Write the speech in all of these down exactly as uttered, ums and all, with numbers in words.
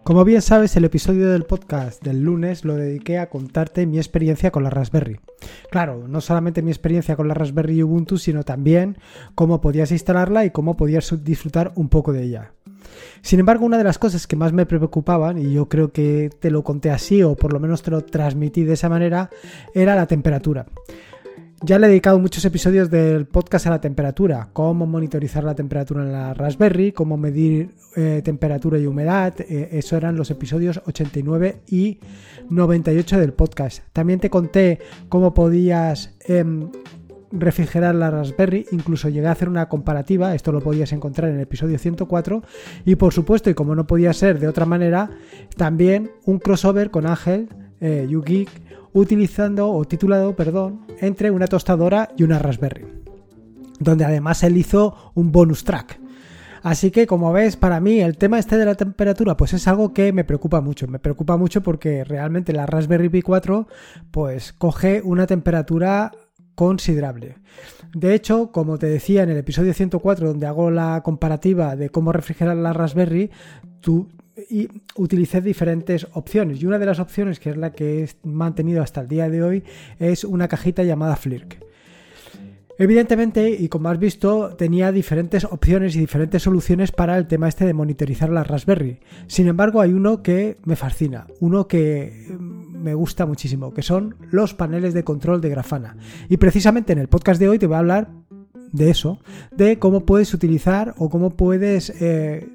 Como bien sabes, el episodio del podcast del lunes lo dediqué a contarte mi experiencia con la Raspberry. Claro, no solamente mi experiencia con la Raspberry y Ubuntu, sino también cómo podías instalarla y cómo podías disfrutar un poco de ella. Sin embargo, una de las cosas que más me preocupaban, y yo creo que te lo conté así o por lo menos te lo transmití de esa manera, era la temperatura. Ya le he dedicado muchos episodios del podcast a la temperatura, cómo monitorizar la temperatura en la Raspberry, cómo medir eh, temperatura y humedad, eh, eso eran los episodios ochenta y nueve y noventa y ocho del podcast. También te conté cómo podías eh, refrigerar la Raspberry, incluso llegué a hacer una comparativa, esto lo podías encontrar en el episodio ciento cuatro, y por supuesto, y como no podía ser de otra manera, también un crossover con Ángel, eh, YouGeek, utilizando o titulado, perdón, entre una tostadora y una Raspberry, donde además él hizo un bonus track. Así que, como ves, para mí el tema este de la temperatura pues es algo que me preocupa mucho. Me preocupa mucho porque realmente la Raspberry Pi cuatro pues coge una temperatura considerable. De hecho, como te decía en el episodio ciento cuatro, donde hago la comparativa de cómo refrigerar la Raspberry, tú y utilicé diferentes opciones, y una de las opciones, que es la que he mantenido hasta el día de hoy, es una cajita llamada Flirk. Evidentemente, y como has visto, tenía diferentes opciones y diferentes soluciones para el tema este de monitorizar la Raspberry. Sin embargo, hay uno que me fascina, uno que me gusta muchísimo, que son los paneles de control de Grafana. Y precisamente en el podcast de hoy te voy a hablar de eso, de cómo puedes utilizar o cómo puedes eh,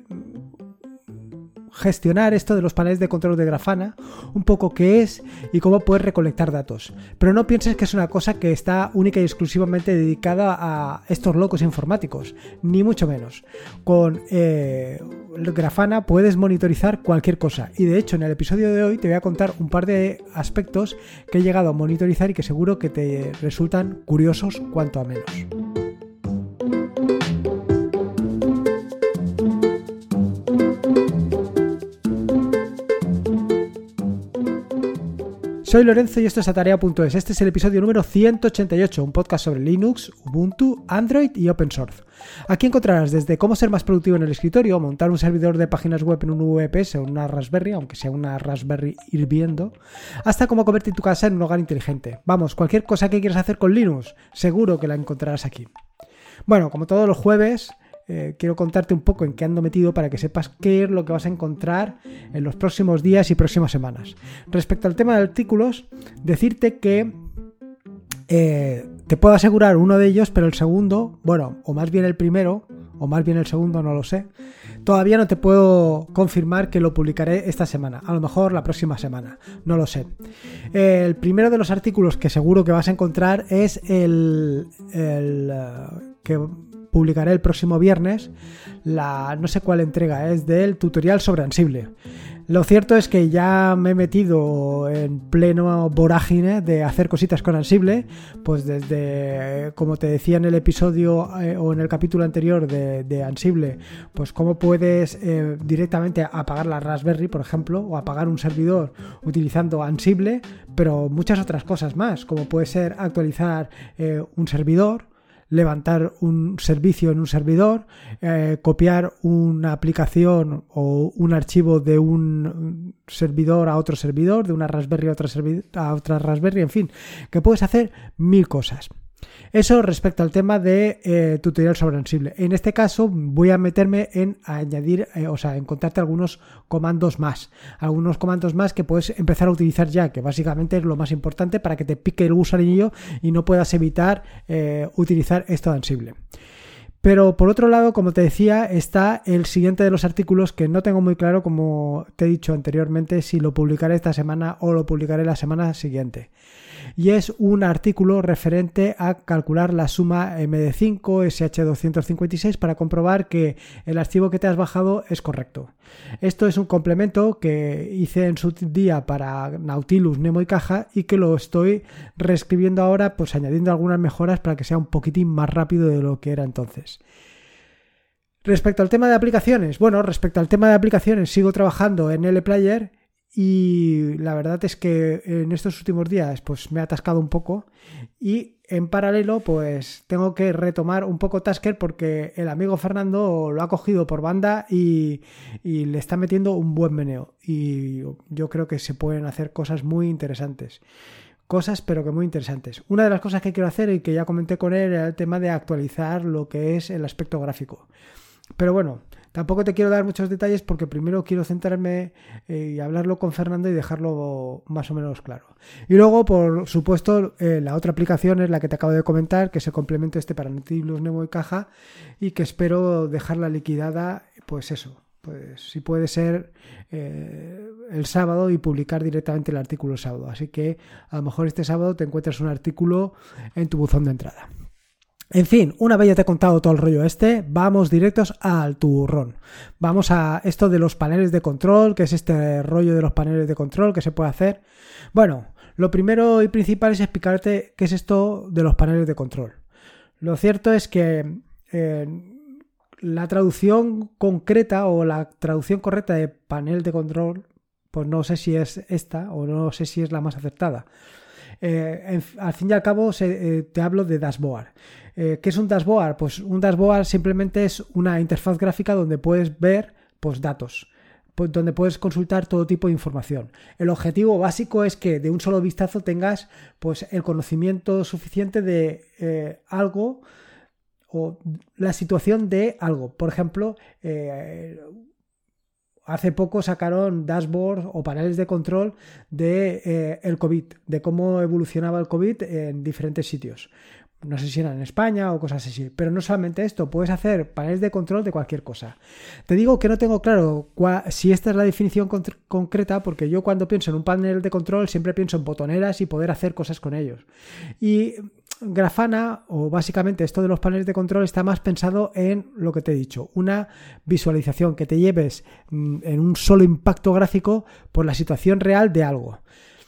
gestionar esto de los paneles de control de Grafana, un poco qué es y cómo puedes recolectar datos. Pero no pienses que es una cosa que está única y exclusivamente dedicada a estos locos informáticos, ni mucho menos. Con eh, Grafana puedes monitorizar cualquier cosa, y de hecho en el episodio de hoy te voy a contar un par de aspectos que he llegado a monitorizar y que seguro que te resultan curiosos cuanto a menos. Soy Lorenzo y esto es Atarea punto es. Este es el episodio número ciento ochenta y ocho, un podcast sobre Linux, Ubuntu, Android y Open Source. Aquí encontrarás desde cómo ser más productivo en el escritorio, montar un servidor de páginas web en un V P S o una Raspberry, aunque sea una Raspberry hirviendo, hasta cómo convertir tu casa en un hogar inteligente. Vamos, cualquier cosa que quieras hacer con Linux, seguro que la encontrarás aquí. Bueno, como todos los jueves, Eh, quiero contarte un poco en qué ando metido para que sepas qué es lo que vas a encontrar en los próximos días y próximas semanas. Respecto al tema de artículos, decirte que eh, te puedo asegurar uno de ellos, pero el segundo, bueno, o más bien el primero, o más bien el segundo, no lo sé. Todavía no te puedo confirmar que lo publicaré esta semana, a lo mejor la próxima semana, no lo sé. Eh, el primero de los artículos que seguro que vas a encontrar es el, el uh, que publicaré el próximo viernes, la no sé cuál entrega, es del tutorial sobre Ansible. Lo cierto es que ya me he metido en pleno vorágine de hacer cositas con Ansible, pues desde, como te decía en el episodio eh, o en el capítulo anterior de, de Ansible, pues cómo puedes eh, directamente apagar la Raspberry, por ejemplo, o apagar un servidor utilizando Ansible, pero muchas otras cosas más, como puede ser actualizar eh, un servidor, levantar un servicio en un servidor, eh, copiar una aplicación o un archivo de un servidor a otro servidor, de una Raspberry a otra, servi- a otra Raspberry, en fin, que puedes hacer mil cosas. Eso respecto al tema de eh, tutorial sobre Ansible. En este caso voy a meterme en añadir, eh, o sea, en contarte algunos comandos más. Algunos comandos más que puedes empezar a utilizar ya, que básicamente es lo más importante para que te pique el gusanillo y no puedas evitar eh, utilizar esto de Ansible. Pero por otro lado, como te decía, está el siguiente de los artículos que no tengo muy claro, como te he dicho anteriormente, si lo publicaré esta semana o lo publicaré la semana siguiente. Y es un artículo referente a calcular la suma M D cinco S H doscientos cincuenta y seis para comprobar que el archivo que te has bajado es correcto. Esto es un complemento que hice en su día para Nautilus, Nemo y Caja y que lo estoy reescribiendo ahora, pues añadiendo algunas mejoras para que sea un poquitín más rápido de lo que era entonces. Respecto al tema de aplicaciones, bueno, respecto al tema de aplicaciones sigo trabajando en L Player y la verdad es que en estos últimos días pues me he atascado un poco y en paralelo, pues tengo que retomar un poco Tasker porque el amigo Fernando lo ha cogido por banda y, y le está metiendo un buen meneo. Y yo creo que se pueden hacer cosas muy interesantes. Cosas, pero que muy interesantes. Una de las cosas que quiero hacer y que ya comenté con él era el tema de actualizar lo que es el aspecto gráfico. Pero bueno, tampoco te quiero dar muchos detalles porque primero quiero centrarme eh, y hablarlo con Fernando y dejarlo más o menos claro. Y luego, por supuesto, eh, la otra aplicación es la que te acabo de comentar, que es el complemento este para Nautilus Nemo y Caja, y que espero dejarla liquidada, pues eso, pues si puede ser eh, el sábado y publicar directamente el artículo el sábado. Así que a lo mejor este sábado te encuentras un artículo en tu buzón de entrada. En fin, una vez ya te he contado todo el rollo este, vamos directos al turrón. Vamos a esto de los paneles de control, que es este rollo de los paneles de control que se puede hacer. Bueno, lo primero y principal es explicarte qué es esto de los paneles de control. Lo cierto es que eh, la traducción concreta o la traducción correcta de panel de control, pues no sé si es esta o no sé si es la más acertada. Eh, en, al fin y al cabo se, eh, te hablo de dashboard. Eh, ¿Qué es un dashboard? Pues un dashboard simplemente es una interfaz gráfica donde puedes ver pues, datos, pues, donde puedes consultar todo tipo de información. El objetivo básico es que de un solo vistazo tengas pues, el conocimiento suficiente de eh, algo o la situación de algo. Por ejemplo, eh, hace poco sacaron dashboards o paneles de control de eh, el COVID, de cómo evolucionaba el COVID en diferentes sitios. No sé si era en España o cosas así. Pero no solamente esto, puedes hacer paneles de control de cualquier cosa. Te digo que no tengo claro cuál, si esta es la definición con, concreta, porque yo cuando pienso en un panel de control siempre pienso en botoneras y poder hacer cosas con ellos. Y Grafana, o básicamente esto de los paneles de control, está más pensado en lo que te he dicho, una visualización que te lleves en un solo impacto gráfico por la situación real de algo.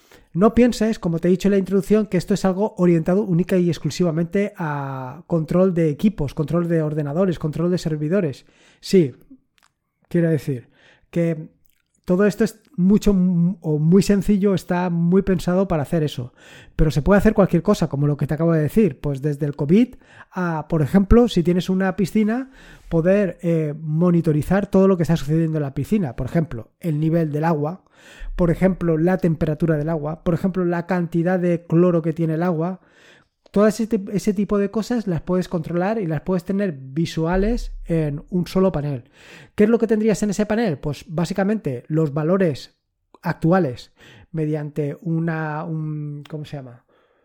No pienses, como te he dicho en la introducción, que esto es algo orientado única y exclusivamente a control de equipos, control de ordenadores, control de servidores. Sí, quiero decir que todo esto es mucho o muy sencillo, está muy pensado para hacer eso. Pero se puede hacer cualquier cosa, como lo que te acabo de decir. Pues desde el COVID a, por ejemplo, si tienes una piscina, poder eh, monitorizar todo lo que está sucediendo en la piscina. Por ejemplo, el nivel del agua. Por ejemplo, la temperatura del agua. Por ejemplo, la cantidad de cloro que tiene el agua. Todo ese, ese tipo de cosas las puedes controlar y las puedes tener visuales en un solo panel. ¿Qué es lo que tendrías en ese panel? Pues básicamente los valores actuales mediante una, un, ¿cómo se llama?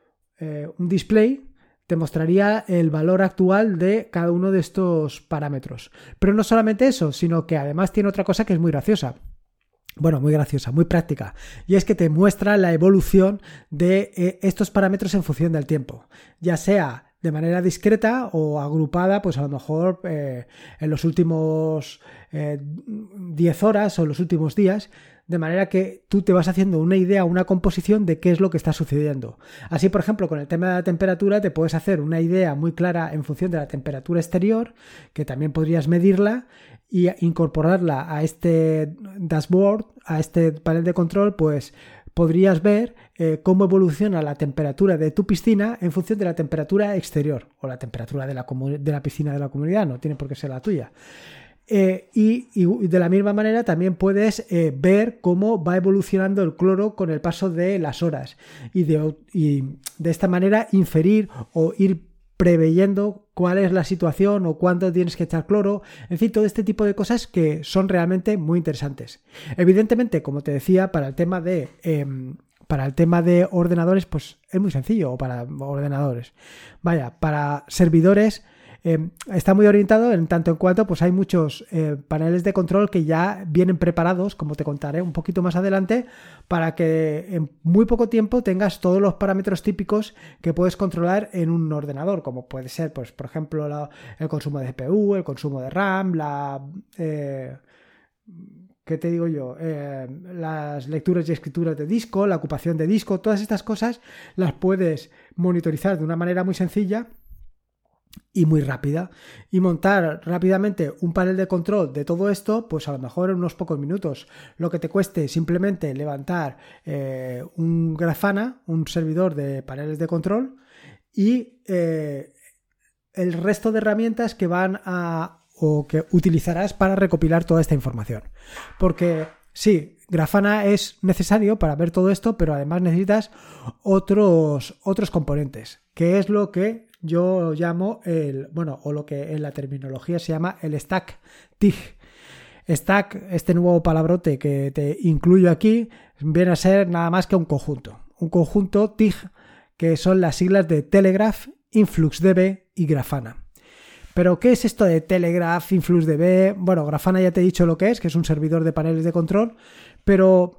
Eh, un display te mostraría el valor actual de cada uno de estos parámetros. Pero no solamente eso, sino que además tiene otra cosa que es muy graciosa. Bueno, muy graciosa, muy práctica. Y es que te muestra la evolución de eh, estos parámetros en función del tiempo. Ya sea de manera discreta o agrupada, pues a lo mejor eh, en los últimos eh, diez horas o en los últimos días, de manera que tú te vas haciendo una idea, una composición de qué es lo que está sucediendo. Así, por ejemplo, con el tema de la temperatura te puedes hacer una idea muy clara en función de la temperatura exterior, que también podrías medirla y incorporarla a este dashboard, a este panel de control, pues podrías ver eh, cómo evoluciona la temperatura de tu piscina en función de la temperatura exterior o la temperatura de la, de la piscina de la comunidad, no tiene por qué ser la tuya. Eh, y, y de la misma manera también puedes eh, ver cómo va evolucionando el cloro con el paso de las horas y de, y de esta manera inferir o ir preveyendo cuál es la situación o cuándo tienes que echar cloro, en fin, todo este tipo de cosas que son realmente muy interesantes. Evidentemente, como te decía, para el tema de eh, para el tema de ordenadores, pues es muy sencillo, o para ordenadores. Vaya, para servidores eh, está muy orientado en tanto en cuanto pues hay muchos eh, paneles de control que ya vienen preparados, como te contaré un poquito más adelante, para que en muy poco tiempo tengas todos los parámetros típicos que puedes controlar en un ordenador, como puede ser, pues por ejemplo, la, el consumo de C P U, el consumo de RAM, la... Eh, ¿Qué te digo yo? Eh, las lecturas y escrituras de disco, la ocupación de disco, todas estas cosas las puedes monitorizar de una manera muy sencilla y muy rápida, y montar rápidamente un panel de control de todo esto, pues a lo mejor en unos pocos minutos. Lo que te cueste simplemente levantar eh, un Grafana, un servidor de paneles de control, y eh, el resto de herramientas que van a o que utilizarás para recopilar toda esta información. Porque sí, Grafana es necesario para ver todo esto, pero además necesitas otros, otros componentes, que es lo que yo llamo el, bueno, o lo que en la terminología se llama el stack T I G. Stack, este nuevo palabrote que te incluyo aquí, viene a ser nada más que un conjunto. Un conjunto T I G que son las siglas de Telegraph, InfluxDB y Grafana. ¿Pero qué es esto de Telegraph, InfluxDB? Bueno, Grafana ya te he dicho lo que es, que es un servidor de paneles de control, pero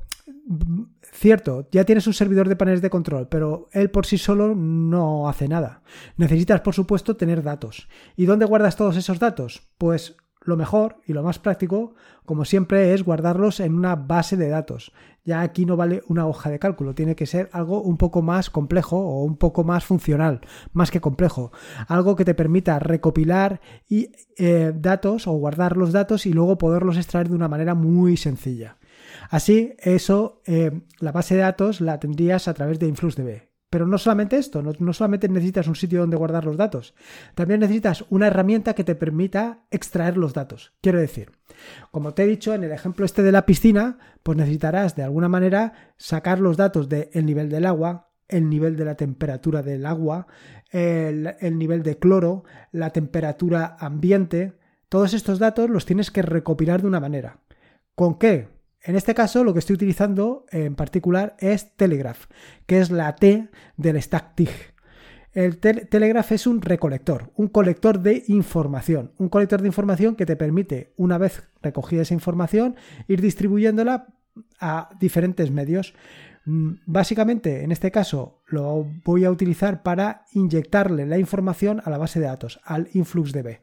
cierto, ya tienes un servidor de paneles de control, pero él por sí solo no hace nada. Necesitas, por supuesto, tener datos. ¿Y dónde guardas todos esos datos? Pues lo mejor y lo más práctico, como siempre, es guardarlos en una base de datos. Ya aquí no vale una hoja de cálculo, tiene que ser algo un poco más complejo o un poco más funcional, más que complejo. Algo que te permita recopilar y, eh, datos o guardar los datos y luego poderlos extraer de una manera muy sencilla. Así, eso, eh, la base de datos la tendrías a través de InfluxDB. Pero no solamente esto, no, no solamente necesitas un sitio donde guardar los datos, también necesitas una herramienta que te permita extraer los datos. Quiero decir, como te he dicho en el ejemplo este de la piscina, pues necesitarás de alguna manera sacar los datos del nivel del agua, el nivel de la temperatura del agua, el, el nivel de cloro, la temperatura ambiente. Todos estos datos los tienes que recopilar de una manera. ¿Con qué? En este caso, lo que estoy utilizando en particular es Telegraph, que es la T del stack T I G. El te- Telegraph es un recolector, un colector de información, un colector de información que te permite, una vez recogida esa información, ir distribuyéndola a diferentes medios. Básicamente, en este caso, lo voy a utilizar para inyectarle la información a la base de datos, al InfluxDB.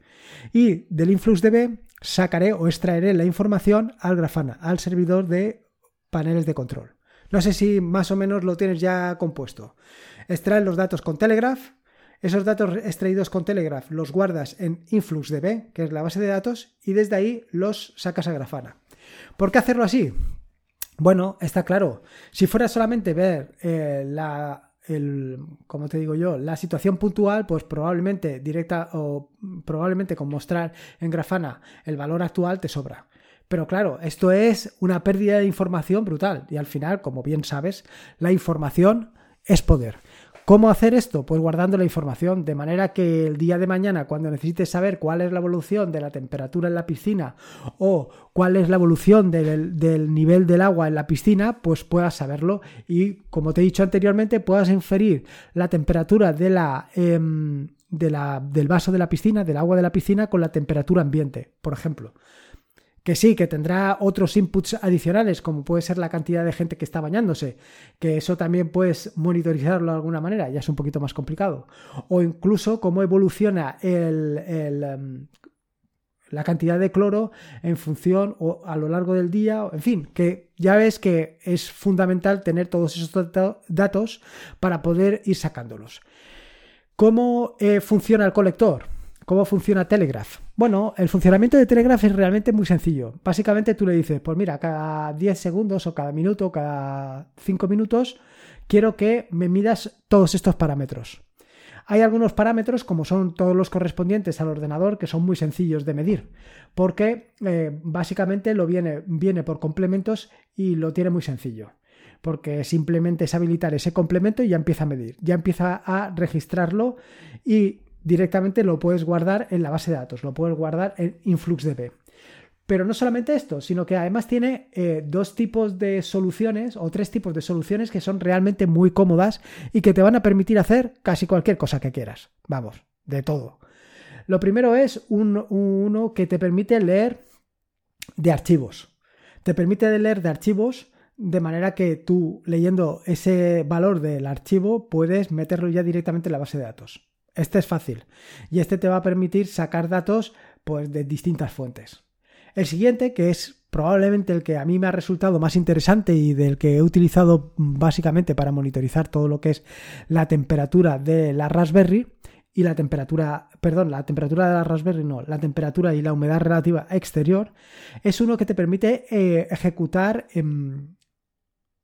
Y del InfluxDB sacaré o extraeré la información al Grafana, al servidor de paneles de control. No sé si más o menos lo tienes ya compuesto. Extraes los datos con Telegraph. Esos datos extraídos con Telegraph los guardas en InfluxDB, que es la base de datos, y desde ahí los sacas a Grafana. ¿Por qué hacerlo así? Bueno, está claro. Si fuera solamente ver eh, la, el, como te digo yo, la situación puntual, pues probablemente directa o probablemente con mostrar en Grafana el valor actual te sobra. Pero claro, esto es una pérdida de información brutal y al final, como bien sabes, la información es poder. ¿Cómo hacer esto? Pues guardando la información, de manera que el día de mañana, cuando necesites saber cuál es la evolución de la temperatura en la piscina o cuál es la evolución del, del nivel del agua en la piscina, pues puedas saberlo y, como te he dicho anteriormente, puedas inferir la temperatura de la, eh, de la, del vaso de la piscina, del agua de la piscina, con la temperatura ambiente, por ejemplo. Que sí, que tendrá otros inputs adicionales, como puede ser la cantidad de gente que está bañándose, que eso también puedes monitorizarlo de alguna manera, ya es un poquito más complicado. O incluso cómo evoluciona el, el, um, la cantidad de cloro en función o a lo largo del día, en fin, que ya ves que es fundamental tener todos esos datos para poder ir sacándolos. ¿Cómo eh, funciona el colector? ¿Cómo funciona Telegraph? Bueno, el funcionamiento de Telegraph es realmente muy sencillo. Básicamente tú le dices, pues mira, cada diez segundos o cada minuto o cada cinco minutos quiero que me midas todos estos parámetros. Hay algunos parámetros, como son todos los correspondientes al ordenador, que son muy sencillos de medir, porque eh, básicamente lo viene, viene por complementos y lo tiene muy sencillo. Porque simplemente es habilitar ese complemento y ya empieza a medir, ya empieza a registrarlo y directamente lo puedes guardar en la base de datos, lo puedes guardar en InfluxDB. Pero no solamente esto, sino que además tiene eh, dos tipos de soluciones o tres tipos de soluciones que son realmente muy cómodas y que te van a permitir hacer casi cualquier cosa que quieras. Vamos, de todo. Lo primero es un, uno que te permite leer de archivos. Te permite leer de archivos de manera que tú, leyendo ese valor del archivo, puedes meterlo ya directamente en la base de datos. Este es fácil y este te va a permitir sacar datos pues, de distintas fuentes. El siguiente, que es probablemente el que a mí me ha resultado más interesante y del que he utilizado básicamente para monitorizar todo lo que es la temperatura de la Raspberry y la temperatura, perdón, la temperatura de la Raspberry no, la temperatura y la humedad relativa exterior, es uno que te permite eh, ejecutar eh,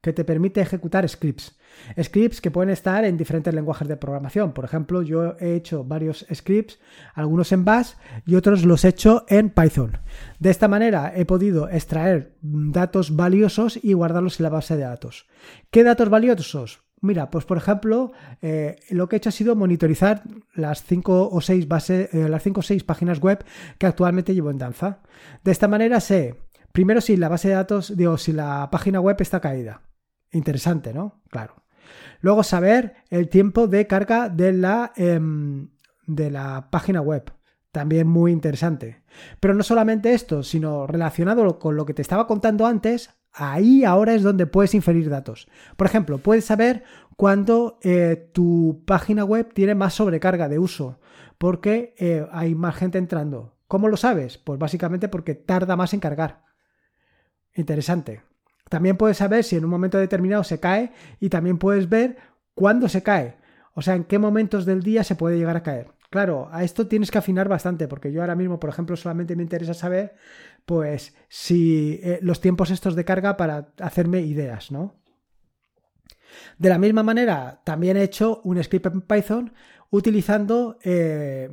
que te permite ejecutar scripts. Scripts que pueden estar en diferentes lenguajes de programación. Por ejemplo, yo he hecho varios scripts, algunos en Bash y otros los he hecho en Python. De esta manera he podido extraer datos valiosos y guardarlos en la base de datos. ¿Qué datos valiosos? Mira, pues por ejemplo, eh, lo que he hecho ha sido monitorizar las cinco o seis bases, eh, las cinco o seis páginas web que actualmente llevo en Danza. De esta manera sé, primero, si la base de datos, digo, si la página web está caída. Interesante, ¿no? Claro. Luego saber el tiempo de carga de la, eh, de la página web. También muy interesante. Pero no solamente esto, sino relacionado con lo que te estaba contando antes, ahí ahora es donde puedes inferir datos. Por ejemplo, puedes saber cuándo eh, tu página web tiene más sobrecarga de uso, porque eh, hay más gente entrando. ¿Cómo lo sabes? Pues básicamente porque tarda más en cargar. Interesante. También puedes saber si en un momento determinado se cae y también puedes ver cuándo se cae. O sea, en qué momentos del día se puede llegar a caer. Claro, a esto tienes que afinar bastante porque yo ahora mismo, por ejemplo, solamente me interesa saber pues si eh, los tiempos estos de carga para hacerme ideas, ¿no? De la misma manera, también he hecho un script en Python utilizando eh,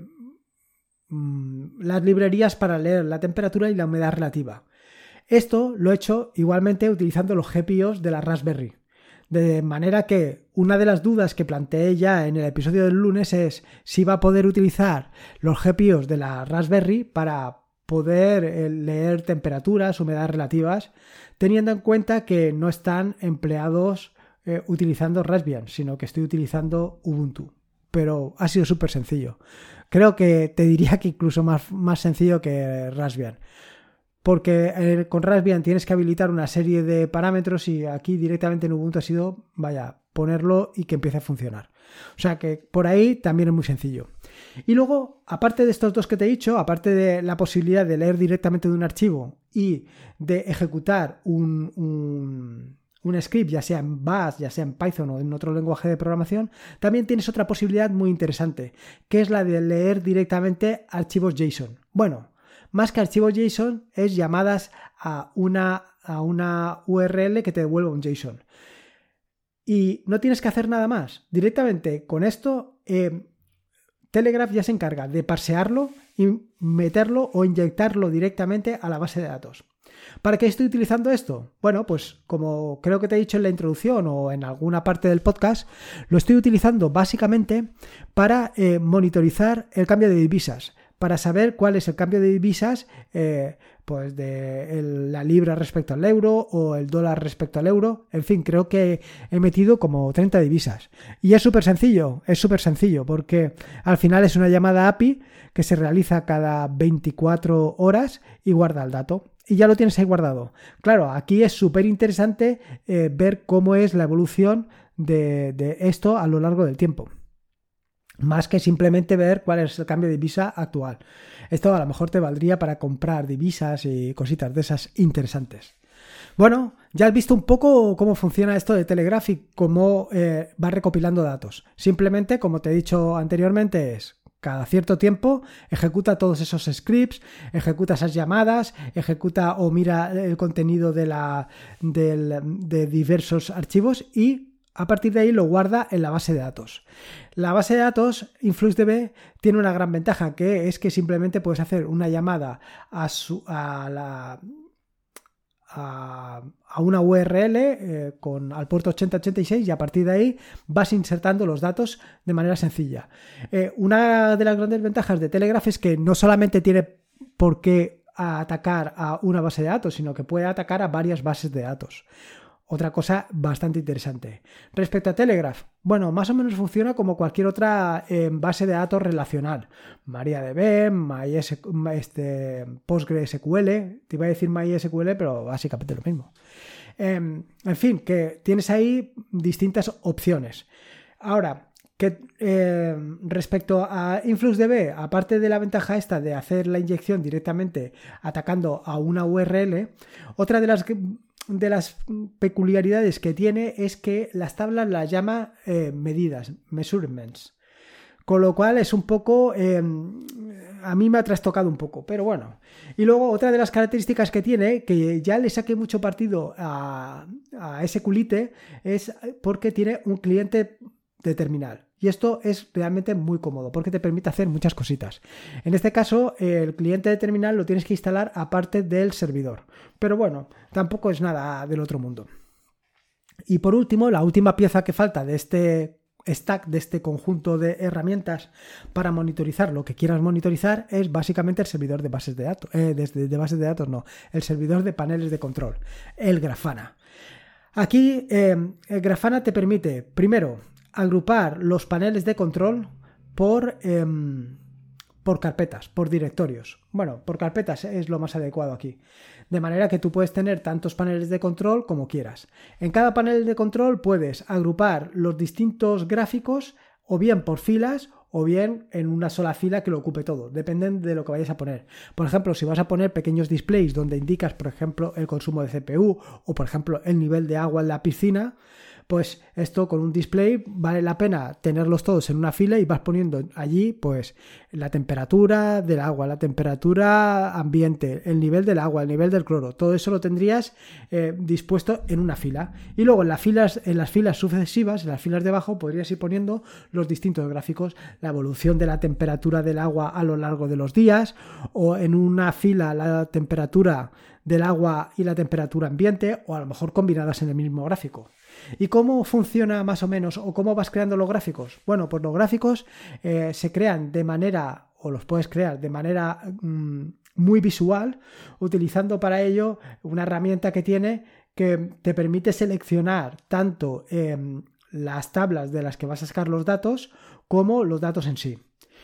las librerías para leer la temperatura y la humedad relativa. Esto lo he hecho igualmente utilizando los G P Os de la Raspberry. De manera que una de las dudas que planteé ya en el episodio del lunes es si va a poder utilizar los G P Os de la Raspberry para poder leer temperaturas, humedades relativas, teniendo en cuenta que no están empleados eh, utilizando Raspbian, sino que estoy utilizando Ubuntu. Pero ha sido súper sencillo. Creo que te diría que incluso más, más sencillo que Raspbian. Porque eh, con Raspbian tienes que habilitar una serie de parámetros y aquí directamente en Ubuntu ha sido, vaya, ponerlo y que empiece a funcionar. O sea que por ahí también es muy sencillo. Y luego, aparte de estos dos que te he dicho, aparte de la posibilidad de leer directamente de un archivo y de ejecutar un, un, un script, ya sea en Bash, ya sea en Python o en otro lenguaje de programación, también tienes otra posibilidad muy interesante, que es la de leer directamente archivos JSON. Bueno, más que archivos JSON, es llamadas a una, a una U R L que te devuelva un JSON. Y no tienes que hacer nada más. Directamente con esto, eh, Telegraph ya se encarga de parsearlo y meterlo o inyectarlo directamente a la base de datos. ¿Para qué estoy utilizando esto? Bueno, pues como creo que te he dicho en la introducción o en alguna parte del podcast, lo estoy utilizando básicamente para eh, monitorizar el cambio de divisas. Para saber cuál es el cambio de divisas eh, pues de el, la libra respecto al euro o el dólar respecto al euro. En fin, creo que he metido como treinta divisas. Y es súper sencillo, es súper sencillo porque al final es una llamada A P I que se realiza cada veinticuatro horas y guarda el dato. Y ya lo tienes ahí guardado. Claro, aquí es súper interesante eh, ver cómo es la evolución de, de esto a lo largo del tiempo. Más que simplemente ver cuál es el cambio de divisa actual. Esto a lo mejor te valdría para comprar divisas y cositas de esas interesantes. Bueno, ya has visto un poco cómo funciona esto de Telegraph y cómo eh, va recopilando datos. Simplemente, como te he dicho anteriormente, es cada cierto tiempo ejecuta todos esos scripts, ejecuta esas llamadas, ejecuta o mira el contenido de, la, del, de diversos archivos y a partir de ahí lo guarda en la base de datos. La base de datos InfluxDB tiene una gran ventaja, que es que simplemente puedes hacer una llamada a, su, a, la, a, a una U R L eh, con, al puerto ochenta ochenta y seis y a partir de ahí vas insertando los datos de manera sencilla. Eh, una de las grandes ventajas de Telegraph es que no solamente tiene por qué atacar a una base de datos, sino que puede atacar a varias bases de datos. Otra cosa bastante interesante. Respecto a Telegraph, bueno, más o menos funciona como cualquier otra eh, base de datos relacional. MariaDB, MySQL, este, PostgreSQL, te iba a decir MySQL, pero básicamente lo mismo. Eh, en fin, que tienes ahí distintas opciones. Ahora, que eh, respecto a InfluxDB, aparte de la ventaja esta de hacer la inyección directamente atacando a una U R L, otra de las de las peculiaridades que tiene es que las tablas las llama eh, medidas, measurements, con lo cual es un poco eh, a mí me ha trastocado un poco, pero bueno. Y luego otra de las características que tiene, que ya le saqué mucho partido a, a SQLite, es porque tiene un cliente de terminal. Y esto es realmente muy cómodo porque te permite hacer muchas cositas. En este caso, el cliente de terminal lo tienes que instalar aparte del servidor. Pero bueno, tampoco es nada del otro mundo. Y por último, la última pieza que falta de este stack, de este conjunto de herramientas para monitorizar lo que quieras monitorizar, es básicamente el servidor de bases de datos. Eh, de, de bases de datos no, el servidor de paneles de control, el Grafana. Aquí, eh, el Grafana te permite, primero, agrupar los paneles de control por, eh, por carpetas, por directorios. Bueno, por carpetas es lo más adecuado aquí. De manera que tú puedes tener tantos paneles de control como quieras. En cada panel de control puedes agrupar los distintos gráficos o bien por filas o bien en una sola fila que lo ocupe todo. Depende de lo que vayas a poner. Por ejemplo, si vas a poner pequeños displays donde indicas, por ejemplo, el consumo de C P U o, por ejemplo, el nivel de agua en la piscina, pues esto con un display vale la pena tenerlos todos en una fila y vas poniendo allí pues la temperatura del agua, la temperatura ambiente, el nivel del agua, el nivel del cloro, todo eso lo tendrías eh, dispuesto en una fila. Y luego en las filas, en las filas sucesivas, en las filas de abajo, podrías ir poniendo los distintos gráficos, la evolución de la temperatura del agua a lo largo de los días, o en una fila la temperatura del agua y la temperatura ambiente, o a lo mejor combinadas en el mismo gráfico. ¿Y cómo funciona más o menos o cómo vas creando los gráficos? Bueno, pues los gráficos eh, se crean de manera, o los puedes crear de manera mmm, muy visual, utilizando para ello una herramienta que tiene que te permite seleccionar tanto eh, las tablas de las que vas a sacar los datos como los datos en sí.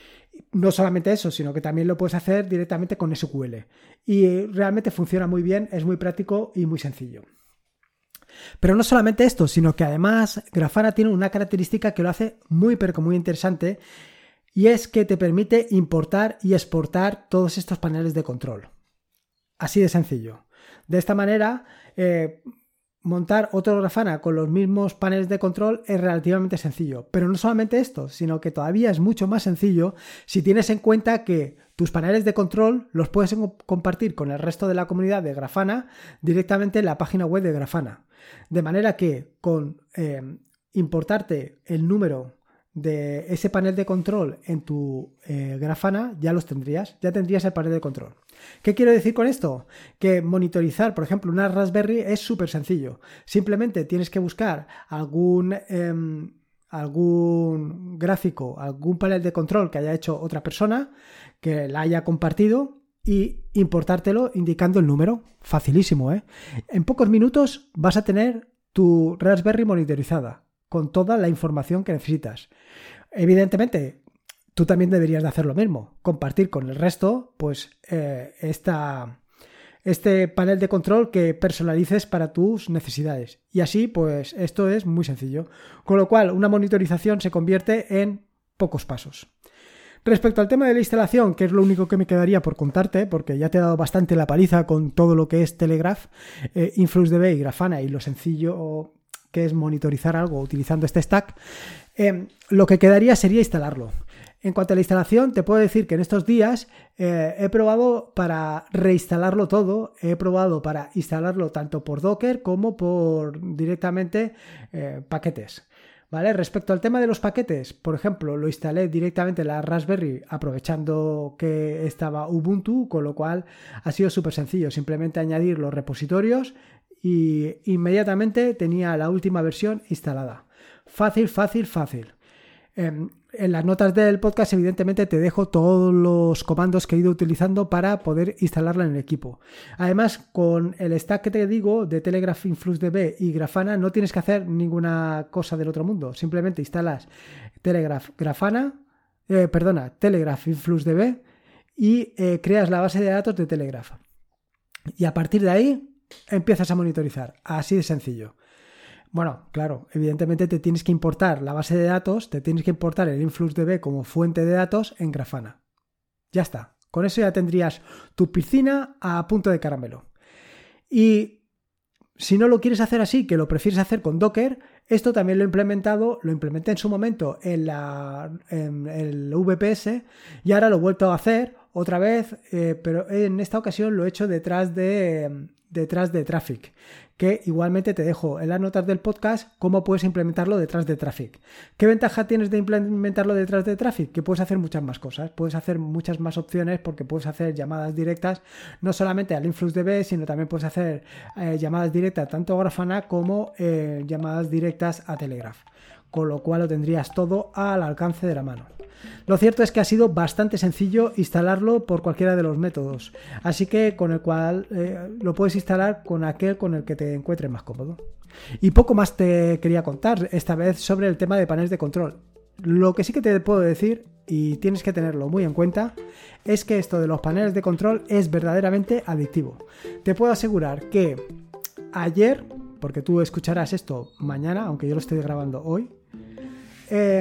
No solamente eso, sino que también lo puedes hacer directamente con S Q L. Y realmente funciona muy bien, es muy práctico y muy sencillo. Pero no solamente esto, sino que además Grafana tiene una característica que lo hace muy pero muy interesante, y es que te permite importar y exportar todos estos paneles de control. Así de sencillo. De esta manera, eh, montar otro Grafana con los mismos paneles de control es relativamente sencillo. Pero no solamente esto, sino que todavía es mucho más sencillo si tienes en cuenta que tus paneles de control los puedes compartir con el resto de la comunidad de Grafana directamente en la página web de Grafana. De manera que con eh, importarte el número de ese panel de control en tu eh, Grafana ya los tendrías, ya tendrías el panel de control. ¿Qué quiero decir con esto? Que monitorizar, por ejemplo, una Raspberry es súper sencillo. Simplemente tienes que buscar algún, eh, algún gráfico, algún panel de control que haya hecho otra persona, que la haya compartido y importártelo indicando el número. Facilísimo, ¿eh? En pocos minutos vas a tener tu Raspberry monitorizada con toda la información que necesitas. Evidentemente, tú también deberías de hacer lo mismo, compartir con el resto pues eh, esta, este panel de control que personalices para tus necesidades. Y así, pues esto es muy sencillo. Con lo cual, una monitorización se convierte en pocos pasos. Respecto al tema de la instalación, que es lo único que me quedaría por contarte, porque ya te he dado bastante la paliza con todo lo que es Telegraph, eh, InfluxDB y Grafana y lo sencillo que es monitorizar algo utilizando este stack, eh, lo que quedaría sería instalarlo. En cuanto a la instalación, te puedo decir que en estos días eh, he probado para reinstalarlo todo, he probado para instalarlo tanto por Docker como por directamente eh, paquetes. ¿Vale? Respecto al tema de los paquetes, por ejemplo, lo instalé directamente en la Raspberry aprovechando que estaba Ubuntu, con lo cual ha sido súper sencillo, simplemente añadir los repositorios y inmediatamente tenía la última versión instalada. Fácil, fácil, fácil. Eh, en las notas del podcast evidentemente te dejo todos los comandos que he ido utilizando para poder instalarla en el equipo. Además, con el stack que te digo de Telegraph, InfluxDB y Grafana no tienes que hacer ninguna cosa del otro mundo. Simplemente instalas Telegraph, Grafana, eh, perdona, Telegraph, InfluxDB y eh, creas la base de datos de Telegraph. Y a partir de ahí empiezas a monitorizar. Así de sencillo. Bueno, claro, evidentemente te tienes que importar la base de datos, te tienes que importar el InfluxDB como fuente de datos en Grafana. Ya está. Con eso ya tendrías tu piscina a punto de caramelo. Y si no lo quieres hacer así, que lo prefieres hacer con Docker, esto también lo he implementado, lo implementé en su momento en, la, en el V P S y ahora lo he vuelto a hacer otra vez, eh, pero en esta ocasión lo he hecho detrás de, detrás de Traffic, que igualmente te dejo en las notas del podcast cómo puedes implementarlo detrás de Traffic. ¿Qué ventaja tienes de implementarlo detrás de Traffic? Que puedes hacer muchas más cosas, puedes hacer muchas más opciones porque puedes hacer llamadas directas no solamente al InfluxDB, sino también puedes hacer eh, llamadas directas tanto a Grafana como eh, llamadas directas a Telegraph, con lo cual lo tendrías todo al alcance de la mano. Lo cierto es que ha sido bastante sencillo instalarlo por cualquiera de los métodos, así que con el cual eh, lo puedes instalar con aquel con el que te encuentres más cómodo. Y poco más te quería contar, esta vez sobre el tema de paneles de control. Lo que sí que te puedo decir, y tienes que tenerlo muy en cuenta, es que esto de los paneles de control es verdaderamente adictivo. Te puedo asegurar que ayer, porque tú escucharás esto mañana, aunque yo lo estoy grabando hoy, eh,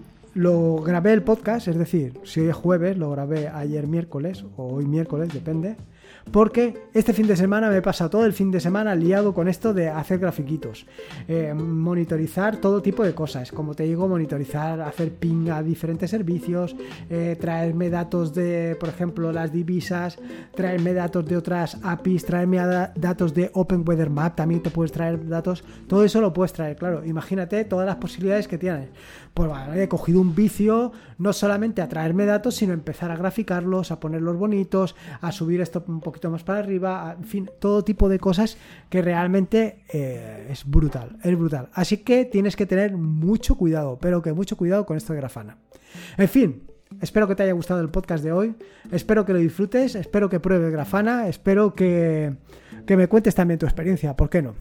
lo grabé el podcast, es decir, si hoy es jueves, lo grabé ayer miércoles o hoy miércoles, depende, porque este fin de semana me he pasado todo el fin de semana liado con esto de hacer grafiquitos, eh, monitorizar todo tipo de cosas, como te digo, monitorizar, hacer ping a diferentes servicios, eh, traerme datos de, por ejemplo, las divisas, traerme datos de otras A P Is, traerme a datos de Open Weather Map, también te puedes traer datos, todo eso lo puedes traer, claro, imagínate todas las posibilidades que tienes. Pues bueno, he cogido un vicio no solamente a traerme datos, sino a empezar a graficarlos, a ponerlos bonitos, a subir esto un poquito más para arriba, a, en fin, todo tipo de cosas que realmente eh, es brutal, es brutal. Así que tienes que tener mucho cuidado, pero que mucho cuidado con esto de Grafana. En fin, espero que te haya gustado el podcast de hoy, espero que lo disfrutes, espero que pruebes Grafana, espero que, que me cuentes también tu experiencia, ¿por qué no?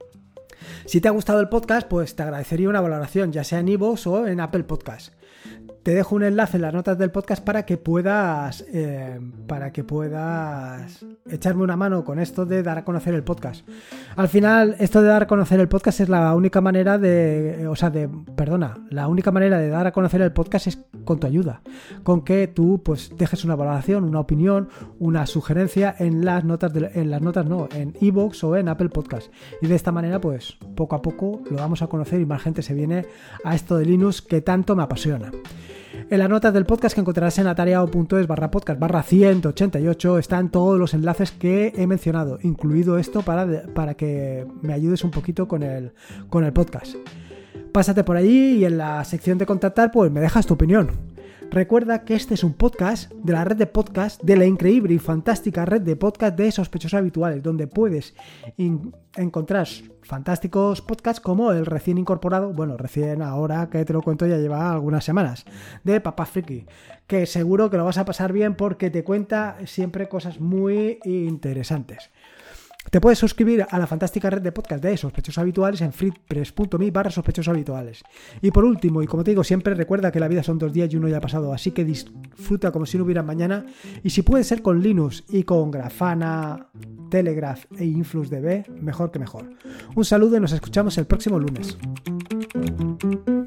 Si te ha gustado el podcast, pues te agradecería una valoración, ya sea en iVoox o en Apple Podcast. Te dejo un enlace en las notas del podcast para que puedas eh, para que puedas echarme una mano con esto de dar a conocer el podcast. Al final, esto de dar a conocer el podcast es la única manera de, o sea, de, perdona, la única manera de dar a conocer el podcast es con tu ayuda, con que tú pues dejes una valoración, una opinión, una sugerencia en las notas, de, en las notas no, en iVoox o en Apple Podcast. Y de esta manera, pues poco a poco lo vamos a conocer y más gente se viene a esto de Linux que tanto me apasiona. En las notas del podcast que encontrarás en atareado.es barra podcast barra ciento ochenta y ocho están todos los enlaces que he mencionado, incluido esto para, para que me ayudes un poquito con el, con el podcast. Pásate por allí y en la sección de contactar pues me dejas tu opinión. Recuerda que este es un podcast de la red de podcast, de la increíble y fantástica red de podcast de Sospechosos Habituales, donde puedes in- encontrar fantásticos podcasts como el recién incorporado, bueno, recién ahora que te lo cuento ya lleva algunas semanas, de Papá Friki, que seguro que lo vas a pasar bien porque te cuenta siempre cosas muy interesantes. Te puedes suscribir a la fantástica red de podcast de Sospechosos Habituales en freepress.me barra sospechosos habituales. Y por último, y como te digo siempre, recuerda que la vida son dos días y uno ya ha pasado, así que disfruta como si no hubiera mañana. Y si puede ser con Linux y con Grafana, Telegraph e InfluxDB, mejor que mejor. Un saludo y nos escuchamos el próximo lunes.